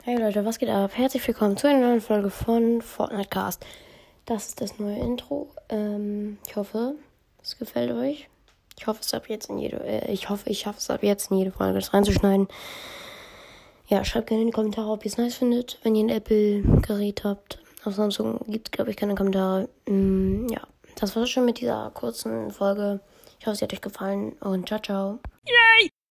Hey Leute, was geht ab? Herzlich willkommen zu einer neuen Folge von Fortnite Cast. Das ist das neue Intro. Ich hoffe, es gefällt euch. Ich hoffe, ich schaffe es ab jetzt in jede Folge das reinzuschneiden. Ja, schreibt gerne in die Kommentare, ob ihr es nice findet. Wenn ihr ein Apple-Gerät habt. Auf Samsung gibt es, glaube ich, keine Kommentare. Ja, das war's schon mit dieser kurzen Folge. Ich hoffe, es hat euch gefallen und ciao, ciao.